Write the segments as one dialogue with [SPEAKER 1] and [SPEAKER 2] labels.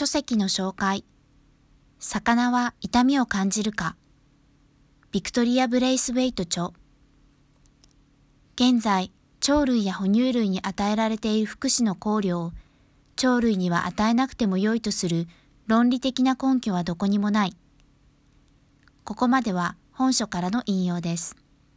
[SPEAKER 1] 書籍の紹介。魚は痛みを感じるか。ビクトリア・ブレイスウェイト著。現在、鳥類や哺乳類に与えられている福祉の考慮を鳥類には与えなくても良いとする論理的な根拠はどこにもない。ここまでは本書からの引用です。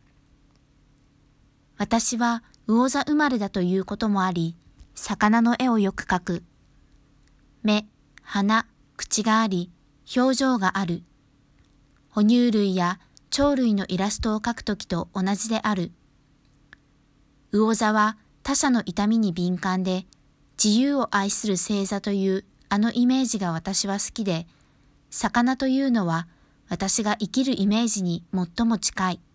[SPEAKER 1] 私は魚座生まれだということもあり、魚の絵をよく描く。目、鼻、口があり、表情がある。哺乳類や鳥類のイラストを描くときと同じである。魚座は他者の痛みに敏感で、自由を愛する星座というあのイメージが私は好きで、魚というのは私が生きるイメージに最も近い。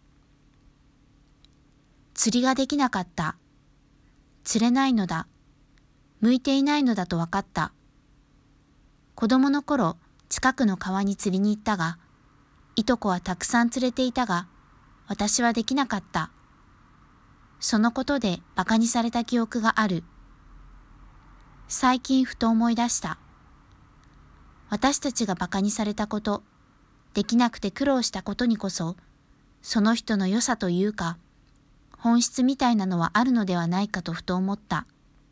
[SPEAKER 1] 釣りができなかった。釣れないのだ。向いていないのだと分かった。子供の頃、近くの川に釣りに行ったが、いとこはたくさん釣れていたが、私はできなかった。そのことで馬鹿にされた記憶がある。最近ふと思い出した。私たちが馬鹿にされたこと、できなくて苦労したことにこそ、その人の良さというか、本質みたいなのはあるのではないかとふと思った。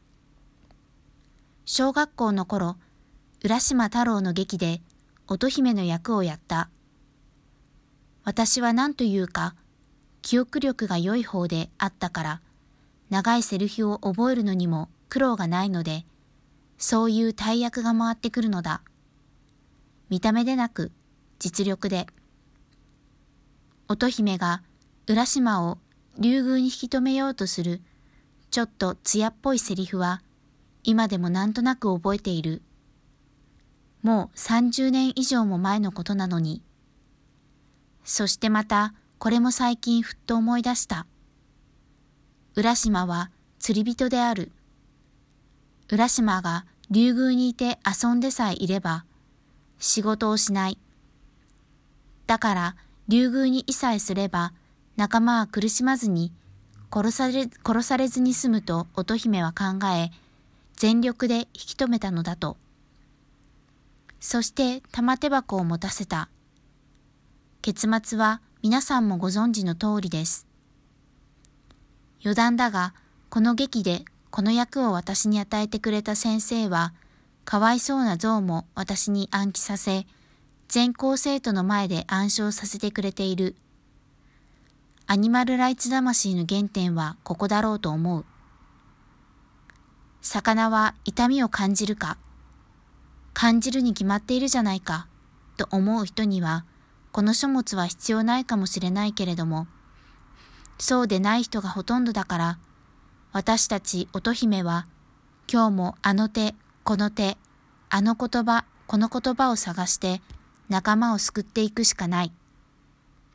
[SPEAKER 1] 小学校の頃、浦島太郎の劇で乙姫の役をやった。私は何というか、記憶力が良い方であったから、長いセリフを覚えるのにも苦労がないので、そういう大役が回ってくるのだ。見た目でなく、実力で。乙姫が浦島を竜宮に引き止めようとする、ちょっと艶っぽいセリフは、今でもなんとなく覚えている。もう30年以上も前のことなのに。そしてまた、これも最近ふっと思い出した。浦島は釣り人である。浦島が竜宮にいて遊んでさえいれば、仕事をしない。だから竜宮にいさえすれば、仲間は苦しまずに、殺されずに済むと乙姫は考え、全力で引き止めたのだと。そして玉手箱を持たせた。結末は皆さんもご存知の通りです。余談だが、この劇でこの役を私に与えてくれた先生は、かわいそうな像も私に暗記させ、全校生徒の前で暗唱させてくれている。アニマルライツ魂の原点はここだろうと思う。魚は痛みを感じるか。感じるに決まっているじゃないか、と思う人には、この書物は必要ないかもしれないけれども、そうでない人がほとんどだから、私たち乙姫は、今日もあの手、この手、あの言葉、この言葉を探して、仲間を救っていくしかない。